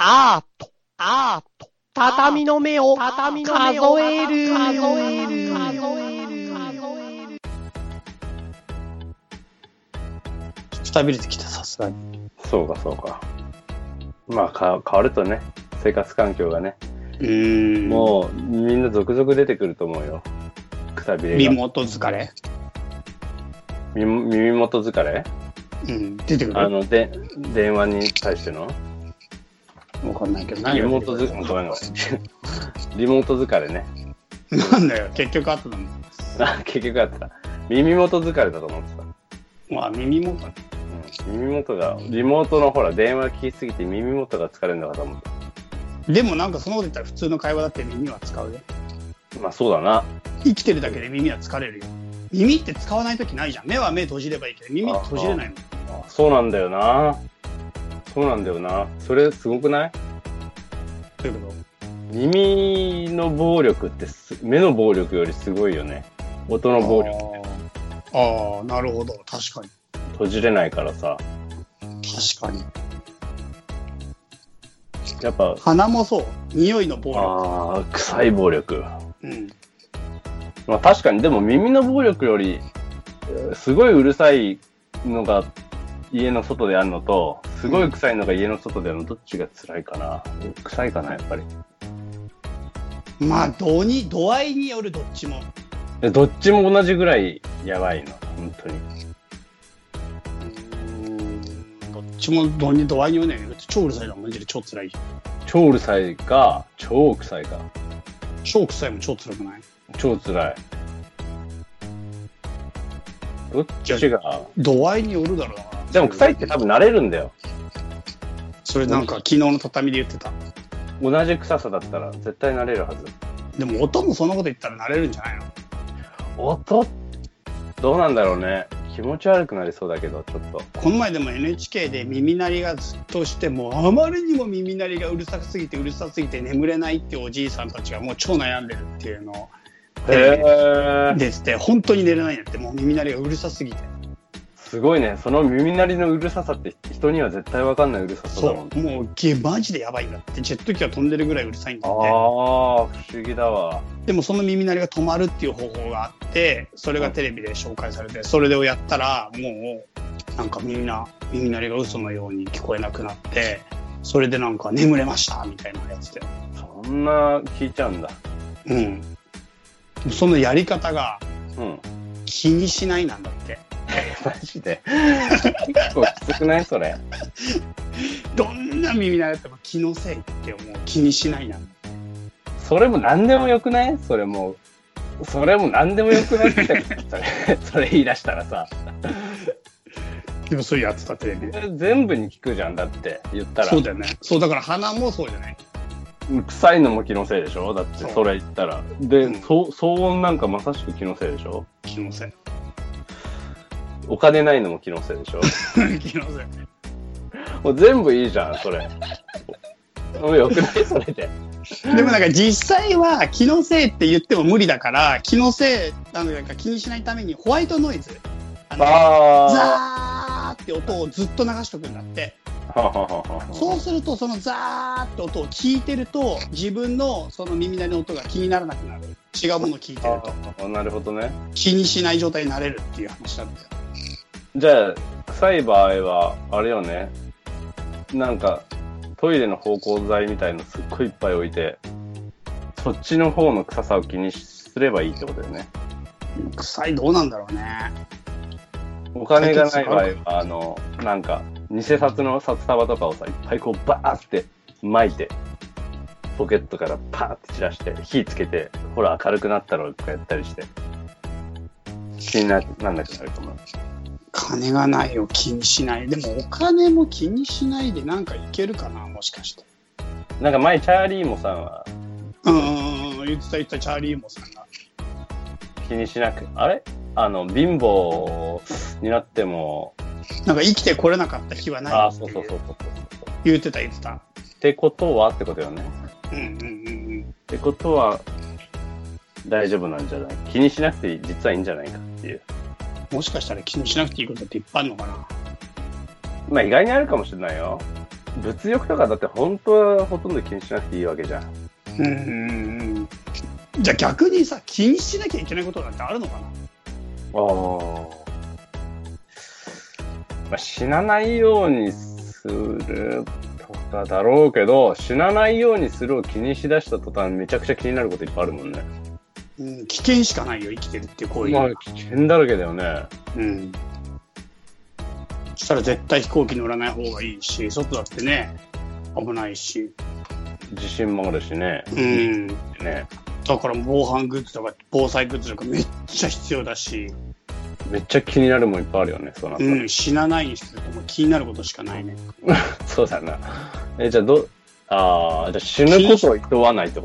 畳の目を数える。 くたびれてきた、さすがに。 そうか。まあ変わるとね、生活環境がね。もうみんな続々出てくると思うよ。くたびれが。 耳元疲れ？ 耳元疲れ？ 出てくる。 電話に対しての？ わかんないけど、何リモート疲れね。 なんだよ、結局あったの。 結局あった。耳元疲れだと思ってた。 まあ耳元ね。 耳元が、リモートのほら、電話聞きすぎて耳元が疲れるのかと思った。 でもなんかそのこと言ったら普通の会話だって耳は使うよ。 まあそうだな。 生きてるだけで耳は疲れるよ。耳って使わないときないじゃん。目は目閉じればいいけど、耳って閉じれないの。 そうなんだよな。それすごくない？ どういうこと？ 耳の暴力って目の暴力よりすごいよね。音の暴力って。 なるほど。確かに。 閉じれないからさ。 確かに。 やっぱ鼻もそう。匂いの暴力。 臭い暴力。まあ確かに、でも耳の暴力よりすごいうるさいのが家の外であるのと、すごい臭いのが家の外であるの、どっちが辛いかな。臭いかな、やっぱり。 まあ度合いによる。どっちも同じぐらいやばいの、本当に。 どっちも度合いによるね。超うるさいのはマジで超辛い。 超うるさいか超臭いか。 超臭いも超辛くない？ 超辛い。どっちが度合いによるだろうな。 でも臭いって多分慣れるんだよ。 それなんか昨日の畳で言ってた。 同じ臭さだったら絶対慣れるはず。 でも音もそんなこと言ったら慣れるんじゃないの？ 音どうなんだろうね。気持ち悪くなりそうだけど、ちょっと。 この前でも NHK で耳鳴りがずっとして、もうあまりにも耳鳴りがうるさすぎて眠れないっていうおじいさんたちがもう超悩んでるっていうのをですって、本当に寝れないんだって。もう耳鳴りがうるさすぎて。 すごいね。その耳鳴りのうるささって人には絶対わかんないうるささだもん。 そう、もうマジでやばいんだって。ジェット機が飛んでるぐらいうるさいんだって。 不思議だわ。 でもその耳鳴りが止まるっていう方法があって、それがテレビで紹介されて、それをやったらもうなんかみんな耳鳴りが嘘のように聞こえなくなって、それでなんか眠れましたみたいなやつで。 そんな聞いちゃうんだ。 そのやり方が気にしないなんだって。 マジで結構きつくないそれ？ どんな耳鳴りだっても気のせいってもう気にしないなんだ。 それも何でもよくない？それも何でもよくないってそれ言い出したらさ。 でもそういうやつだテレビで。 全部に聞くじゃんだって言ったら。 そうだよね。そうだから鼻もそうじゃない。 臭いのも気のせいでしょ？だってそれ言ったら。で、騒音なんかまさしく気のせいでしょ？ 気のせい。 お金ないのも気のせいでしょ？ 気のせい。 もう全部いいじゃんそれ。よくないそれで。 でもなんか実際は気のせいって言っても無理だから、気のせいなんか気にしないためにホワイトノイズ、ザーって音をずっと流しとくんだって。そうするとそのザーって音を聞いてると自分のその耳鳴りの音が気にならなくなる。違うものを聞いてると。 なるほどね。 気にしない状態になれるっていう話なんだよ。 じゃあ臭い場合はあれよね。なんかトイレの芳香剤みたいのすっごいいっぱい置いて、そっちの方の臭さを気にすればいいってことだよね。 臭いどうなんだろうね。 お金がない場合はなんか偽札の札束とかをさいっぱいこうバーって巻いてポケットからパーって散らして火つけて、ほら明るくなったろとかやったりして気になんなくなるかも。 金がないを気にしない。でもお金も気にしないでなんかいけるかな、もしかして。 なんか前チャーリーモさんは言ってたチャーリーモさんが気にしなく、あれ貧乏になってもなんか生きてこれなかった日はないっていう言ってたってことはってことよね。ってことは大丈夫なんじゃない？気にしなくて実はいいんじゃないかっていう。 もしかしたら気にしなくていいことっていっぱいあるのかな。 まあ意外にあるかもしれないよ。 物欲とかだって本当はほとんど気にしなくていいわけじゃん。 じゃあ逆にさ、気にしなきゃいけないことなんてあるのかな？ まあ、死なないようにするとかだろうけど、死なないようにするを気にしだした途端めちゃくちゃ気になることいっぱいあるもんね。 危険しかないよ、生きてるっていう行為。 まあ危険だらけだよね。 そしたら絶対飛行機乗らない方がいいし、外だってね、危ないし。 地震もあるしね。ね。 だから防犯グッズとか防災グッズとかめっちゃ必要だし。めっちゃ気になるもんいっぱいあるよね、そうなったら。 死なないにするともう気になることしかないね。 そうだな。じゃあじゃあ死ぬことを厭わないってこと？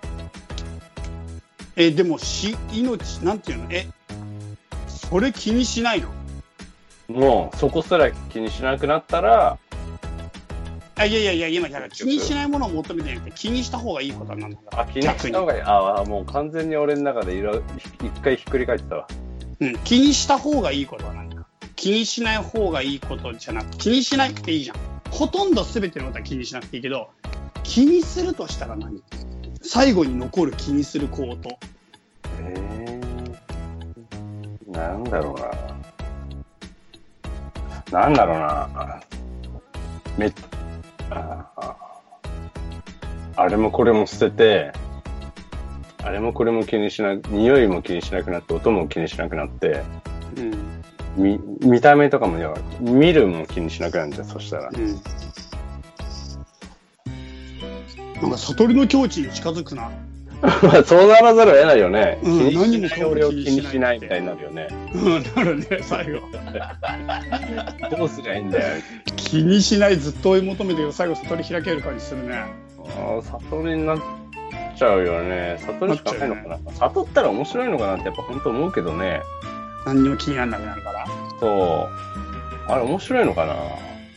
でも命、なんていうの？それ気にしないの？ もう、そこすら気にしなくなったら、 いや、今、気にしないものを求めてなくて、気にした方がいいことなんだから。 気にした方がいい。もう完全に俺の中で一回ひっくり返ってたわ。 気にした方がいいことは何か。気にしない方がいいことじゃなくて、気にしなくていいじゃん。ほとんど全てのことは気にしなくていいけど、気にするとしたら何？最後に残る気にすること。 なんだろうな。あれもこれも捨てて、あれもこれも気にしなく、匂いも気にしなくなって、音も気にしなくなって、見た目とかも見るも気にしなくなるんだよ、そしたら。 なんか悟りの境地に近づくな。 まあそうならざるを得ないよね。 何も俺を気にしないみたいになるよね。 なるね、最後。 どうすりゃいいんだよ。 気にしないずっと追い求めてるけど、最後悟り開ける感じするね。 悟りになっちゃうよね。悟りしかないのかな。悟ったら面白いのかなってやっぱ本当思うけどね。 何にも気にならなくなるから。 そう。あれ面白いのかな。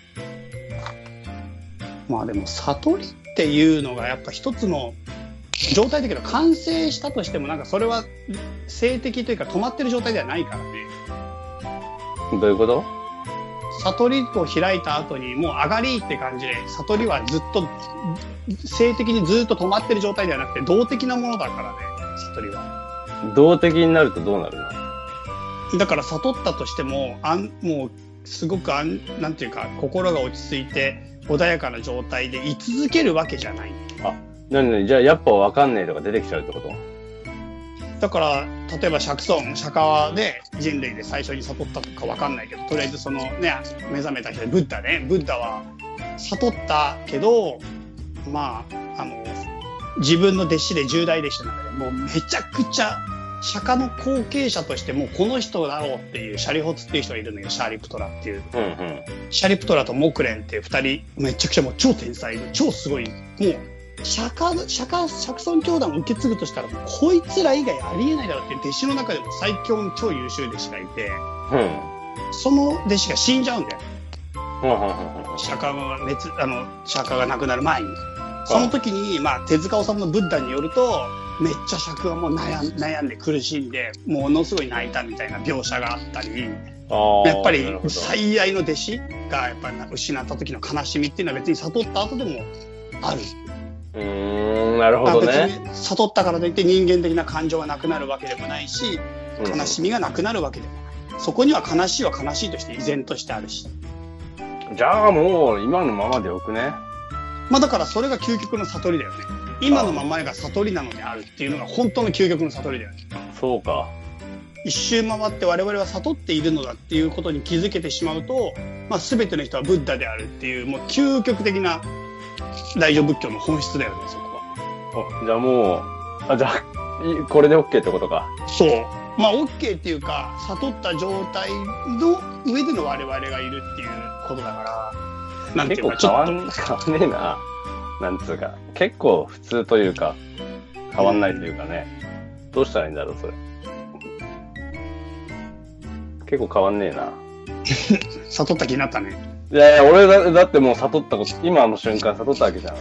まあでも悟りっていうのがやっぱ一つの状態だけど、完成したとしてもなんかそれは静的というか止まってる状態ではないからね。 どういうこと？ 悟りを開いた後にもう上がりって感じで、悟りはずっと静的にずっと止まってる状態ではなくて動的なものだからね、悟りは。 動的になるとどうなるの？ だから悟ったとしてももうすごくなんていうか心が落ち着いて穏やかな状態で居続けるわけじゃない。 じゃあやっぱ分かんねえとか出てきちゃうってこと？ だから例えば釈迦で人類で最初に悟ったとか分かんないけど、とりあえずそのね目覚めた人でブッダは悟ったけど、まあ自分の弟子で10代弟子の中でもうめちゃくちゃ釈迦の後継者としてもうこの人だろうっていうシャリホツっていう人がいるんだけど、シャリプトラっていう、シャリプトラとモクレンっていう2人めちゃくちゃもう超天才で超すごい、もう釈尊教団を受け継ぐとしたらもうこいつら以外ありえないだろうっていう弟子の中でも最強の超優秀弟子がいて、その弟子が死んじゃうんだよ。釈迦が亡くなる前に。その時に、手塚治虫のブッダによると、めっちゃ釈迦がもう悩んで苦しんで、ものすごい泣いたみたいな描写があったり、やっぱり最愛の弟子がやっぱり失った時の悲しみっていうのは別に悟った後でもある。 なるほどね。 別に悟ったからといって人間的な感情がなくなるわけでもないし、悲しみがなくなるわけでもない。そこには悲しいは悲しいとして依然としてあるし。 じゃあもう今のままでよくね。 だからそれが究極の悟りだよね。今のままが悟りなのであるっていうのが本当の究極の悟りだよね。 そうか。 一周回って我々は悟っているのだっていうことに気づけてしまうと、全ての人はブッダであるっていうもう究極的な大乗仏教の本質だよね、そこは。 じゃあもうじゃあこれで OK ってことか。 そう。OK っていうか悟った状態の上での我々がいるっていうことだから、なんていうかちょっと変わんねえな。なんつうか結構普通というか変わんないというかね。どうしたらいいんだろうそれ。結構変わんねえな。 悟った気になったね。 いや俺だってもう悟ったこと今の瞬間悟ったわけじゃん。も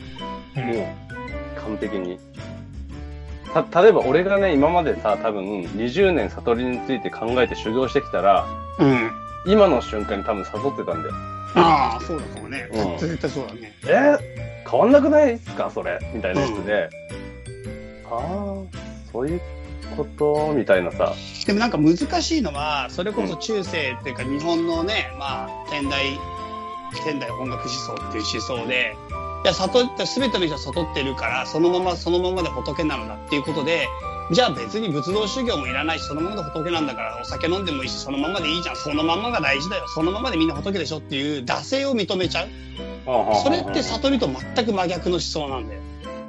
う完璧に。例えば俺がね今までさ多分20年悟りについて考えて修行してきたら、今の瞬間に多分悟ってたんだよ。 ああ、そうだかもね。 うん絶対そうだね。 変わんなくないですかそれみたいなやつで、ああ、そういうことみたいなさ。 でもなんか難しいのは、それこそ中世っていうか日本のね、まあ、現代音楽思想っていう思想で、いや、全ての人は悟ってるから、そのままで仏なのだっていうことで、じゃあ別に仏道修行もいらないし、そのままで仏なんだから、お酒飲んでもいいし、そのままでいいじゃん。そのままが大事だよ。そのままでみんな仏でしょっていう惰性を認めちゃう。それって悟りと全く真逆の思想なんだよ。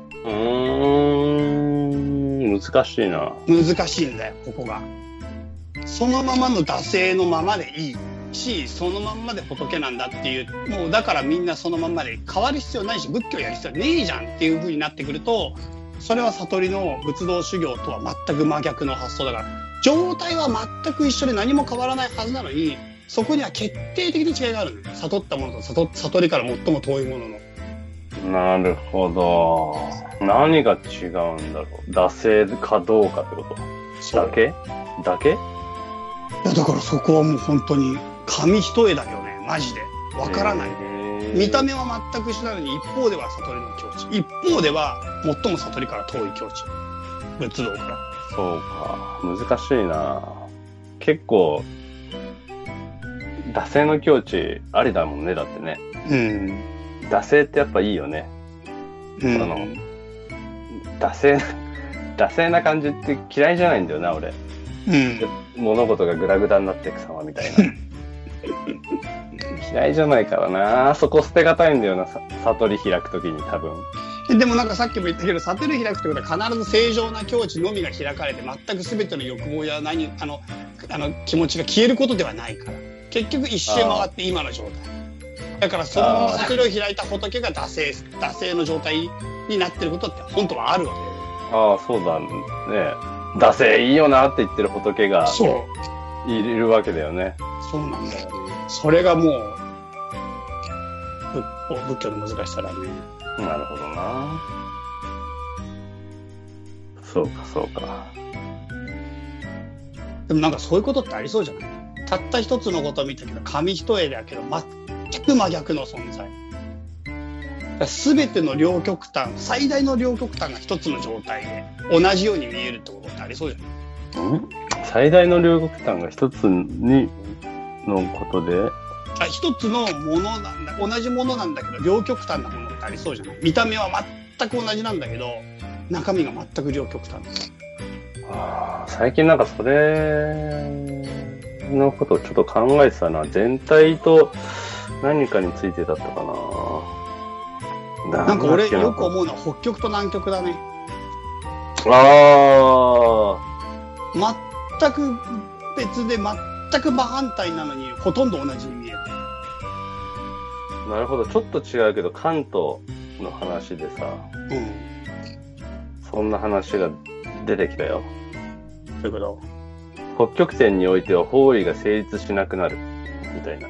難しいな。 難しいんだよ、ここが。そのままの惰性のままでいいし、そのまんまで仏なんだっていう、もうだからみんなそのまんまで変わる必要ないし、仏教やる必要ねえじゃんっていう風になってくると、それは悟りの仏道修行とは全く真逆の発想だから、状態は全く一緒で何も変わらないはずなのに、そこには決定的に違いがあるのよ。悟ったものと悟りから最も遠いものの。 なるほど。何が違うんだろう。惰性かどうかってことだけいや、だからそこはもう本当に紙一重だよね、マジで。わからない。見た目は全く一緒なのに、一方では悟りの境地。一方では最も悟りから遠い境地。仏道から。 そうか。難しいな。結構、惰性の境地ありだもんね、だってね。 うん。 惰性ってやっぱいいよね。惰性な感じって嫌いじゃないんだよな、俺。物事がグダグダになっていく様みたいな。嫌いじゃないからな。そこ捨てがたいんだよな、悟り開くときに多分。 でもなんかさっきも言ったけど、悟り開くってことは必ず正常な境地のみが開かれて、全く全ての欲望や気持ちが消えることではないから。結局一周回って今の状態。だからそのまま悟りを開いた仏が惰性の状態になってることって本当はあるわけ。 ああ、そうだね。惰性いいよなって言ってる仏がいるわけだよね。 そうなんだよね。それがもう仏教の難しさだね。 なるほどな。そうかそうか。 でもなんかそういうことってありそうじゃない？たった一つのことを見たけど紙一重だけど全く真逆の存在。すべての両極端、最大の両極端が一つの状態で同じように見えるってことってありそうじゃない？ 最大の両極端が一つにのことで、 一つのものなんだ、同じものなんだけど両極端なものってありそうじゃない？見た目は全く同じなんだけど中身が全く両極端。 最近なんかそれのことをちょっと考えてたな。全体と何かについてだったかな。 なんか俺よく思うのは北極と南極だね。全く別で全く真反対なのにほとんど同じに見える。 なるほど。ちょっと違うけど関東の話でさ、そんな話が出てきたよ。 どういうこと？ 北極点においては方位が成立しなくなるみたいな。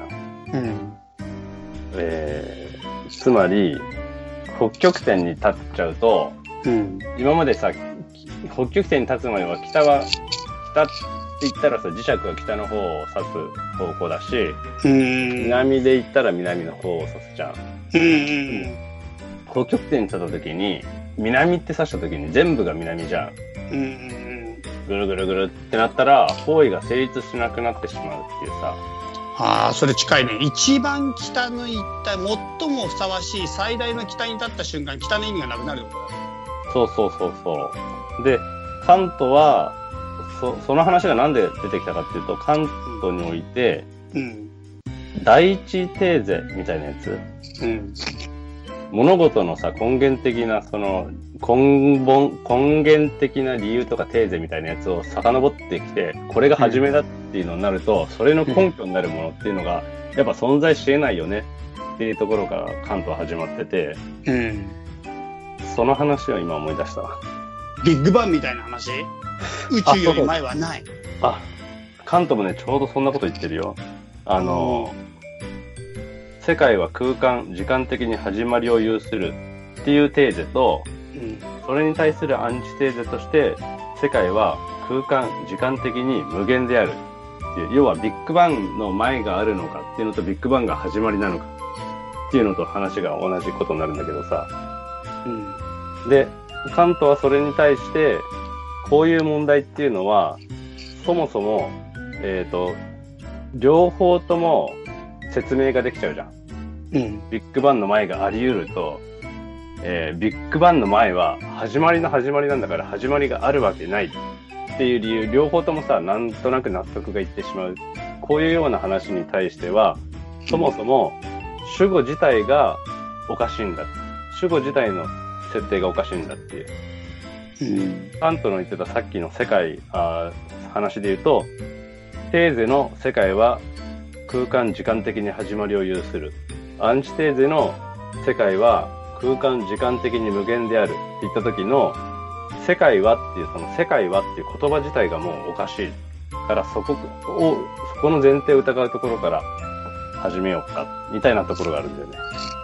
つまり北極点に立っちゃうと、今までさ、北極点に立つ前は北って言ったらさ、磁石は北の方を指す方向だし、南で言ったら南の方を指すじゃん。北極点に立った時に、南って指した時に全部が南じゃん。ぐるぐるぐるってなったら、方位が成立しなくなってしまうっていうさ。 それ近いね。一番北の一体、最もふさわしい最大の北に立った瞬間、北の意味がなくなるってことだ。 そう。で、関東は、その話がなんで出てきたかっていうと、関東において、第一テーゼみたいなやつ、物事のさ、根源的な根源的な理由とかテーゼみたいなやつを遡ってきて、これが初めだっていうのになると、それの根拠になるものっていうのが、やっぱ存在し得ないよねっていうところから関東始まってて、その話を今思い出した。 ビッグバンみたいな話？宇宙より前はない。 関東もね、ちょうどそんなこと言ってるよ。世界は空間、時間的に始まりを有するっていうテーゼと、それに対するアンチテーゼとして、世界は空間、時間的に無限であるっていう、要はビッグバンの前があるのかっていうのとビッグバンが始まりなのかっていうのと話が同じことになるんだけどさ。で、カントはそれに対して、こういう問題っていうのは、そもそも、両方とも説明ができちゃうじゃん。ビッグバンの前があり得ると、ビッグバンの前は始まりの始まりなんだから始まりがあるわけないっていう理由、両方ともさ、なんとなく納得がいってしまう。こういうような話に対しては、そもそも主語自体がおかしいんだ。主語自体の設定がおかしいんだっていう。カントの言ってたさっきの世界、話で言うと、テーゼの世界は空間時間的に始まりを有する。アンチテーゼの世界は空間時間的に無限であるって言った時の世界はっていう、その世界はっていう言葉自体がもうおかしいからそこの前提を疑うところから始めようかみたいなところがあるんだよね。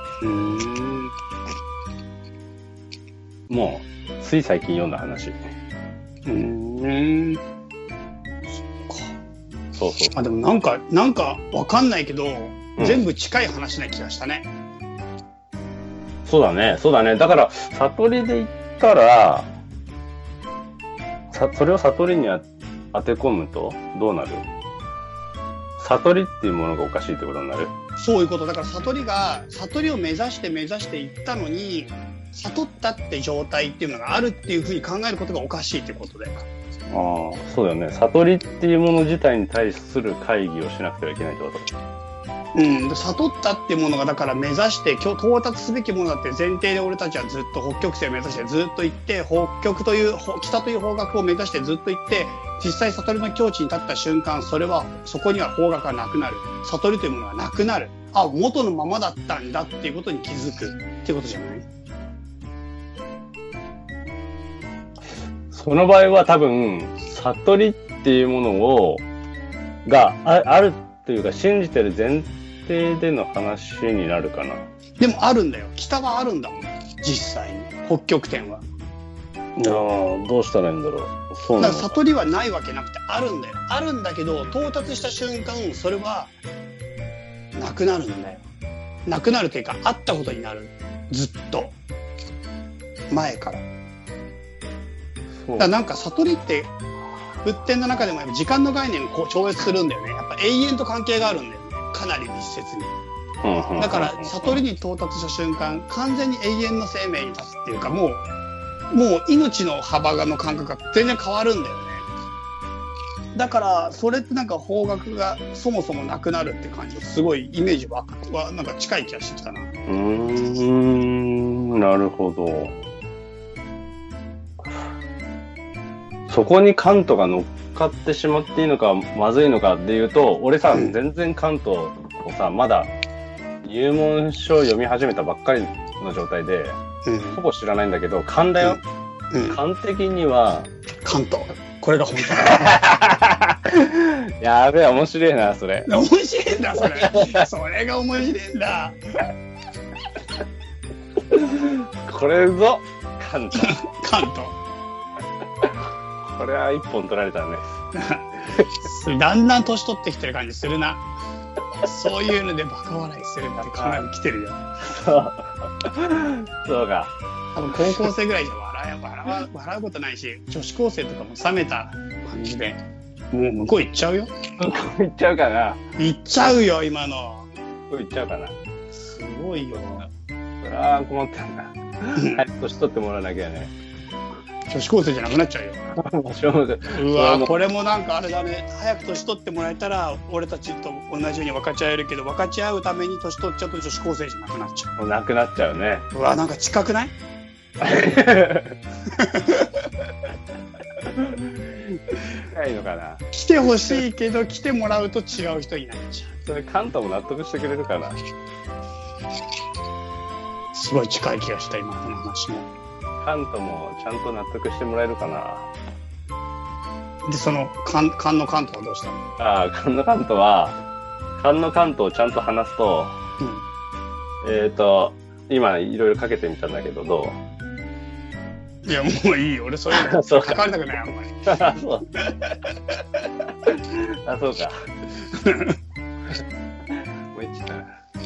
もうつい最近読んだ話。そうそう。 あ、でもなんかわかんないけど、全部近い話な気がしたね。 そうだね。だから、悟りで言ったら、それを悟りに当て込むとどうなる？悟りっていうものがおかしいってことになる？ そういうこと。だから悟りを目指していったのに、悟ったって状態っていうのがあるっていうふうに考えることがおかしいってことだよ。 そうだよね。悟りっていうもの自体に対する会議をしなくてはいけないってこと？ 悟ったっていうものがだから目指して到達すべきものだって前提で俺たちはずっと北極星を目指してずっと行って、北という方角を目指してずっと行って、実際悟りの境地に立った瞬間、そこには方角がなくなる。悟りというものがなくなる。元のままだったんだっていうことに気づくってことじゃない？ その場合は多分、悟りっていうものがあるというか信じてる前提での話になるかな。 でもあるんだよ。北はあるんだもん。実際に。北極点は。 どうしたらいいんだろう。そうだから悟りはないわけなくてあるんだよ。あるんだけど、到達した瞬間、それはなくなるんだよ。なくなるというか、あったことになる。ずっと。前から。だからなんか悟りって仏典の中でも時間の概念を超越するんだよね。やっぱ永遠と関係があるんだよね。かなり密接に。だから悟りに到達した瞬間、完全に永遠の生命に立つっていうか、もう命の幅の感覚が全然変わるんだよね。だからそれってなんか方角がそもそもなくなるって感じがすごいイメージはなんか近い気がしてきたな。 なるほど。そこにカントが乗っかってしまっていいのかまずいのかで言うと、俺さ、全然カントをさ、まだ入門書を読み始めたばっかりの状態で、ほぼ知らないんだけど、勘だよ。勘的には。 カント。これが本当だ。 やべえ、面白いな、それ。 面白いんだ、それ。それが面白いんだ。 これぞ、カント。 カント。 これは一本取られたね。 だんだん年取ってきてる感じするな。そういうのでバカ笑いするって考えも来てるよ。 そうか。 多分高校生ぐらいじゃ笑うことないし、女子高生とかも冷めた感じで、もう向こう行っちゃうよ。 向こう行っちゃうかな。 行っちゃうよ、今の。 向こう行っちゃうかな。 すごいよ。 それは困ったんだ。早く年取ってもらわなきゃね。 女子高生じゃなくなっちゃうよ。うわ、これもなんかあれだね。早く年取ってもらえたら俺たちと同じように分かち合えるけど、分かち合うために年取っちゃうと女子高生じゃなくなっちゃう。 もうなくなっちゃうね。 うわ、なんか近くない？ 近いのかな。 来てほしいけど来てもらうと違う人になっちゃう。 それカントも納得してくれるかな。 すごい近い気がした、今この話も。 カントもちゃんと納得してもらえるかな。 で、そのカンのカントはどうしたの？ カンのカントは、カンのカントをちゃんと話すと、今いろいろかけてみたんだけど、どう？ いや、もういいよ。俺そういうの書かれたくない、あんまり。 そう。 あ、そうか。もう一か。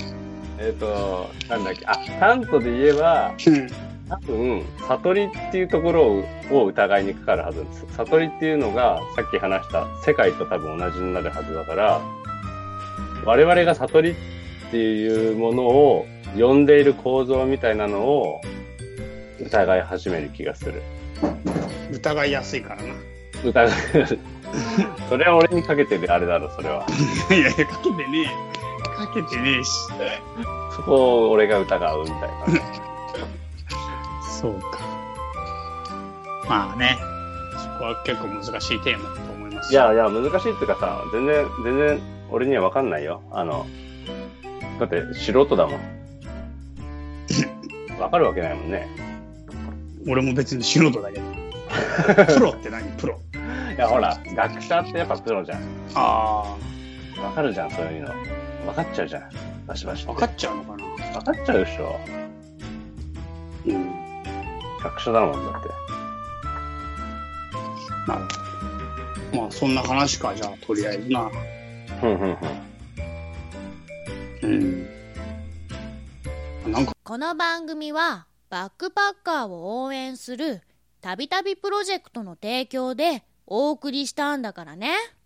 なんだっけ。あ、関東で言えば、多分、悟りっていうところを疑いにかかるはずです。悟りっていうのが、さっき話した世界と多分同じになるはずだから、我々が悟りっていうものを呼んでいる構造みたいなのを疑い始める気がする。 疑いやすいからな。 疑いそれは俺にかけてるあれだろ、それは。 いやいや、かけてねえ。かけてねえし。 そこを俺が疑うみたいな。 そうか。まあね、そこは結構難しいテーマだと思います。 いやいや、難しいっていうかさ、全然、俺には分かんないよ。だって素人だもん。分かるわけないもんね。 俺も別に素人だけど。プロって何？プロ。 いや、ほら、学者ってやっぱプロじゃん。 ああ。分かるじゃん、そういうの。分かっちゃうじゃん。バシバシ。 分かっちゃうのかな？ 分かっちゃうでしょ。 うん。 学者だもんだって。 なるほど。まあ、そんな話か、じゃあ、とりあえずな。なんかこの番組はバックパッカーを応援するたびたびプロジェクトの提供でお送りしたんだからね。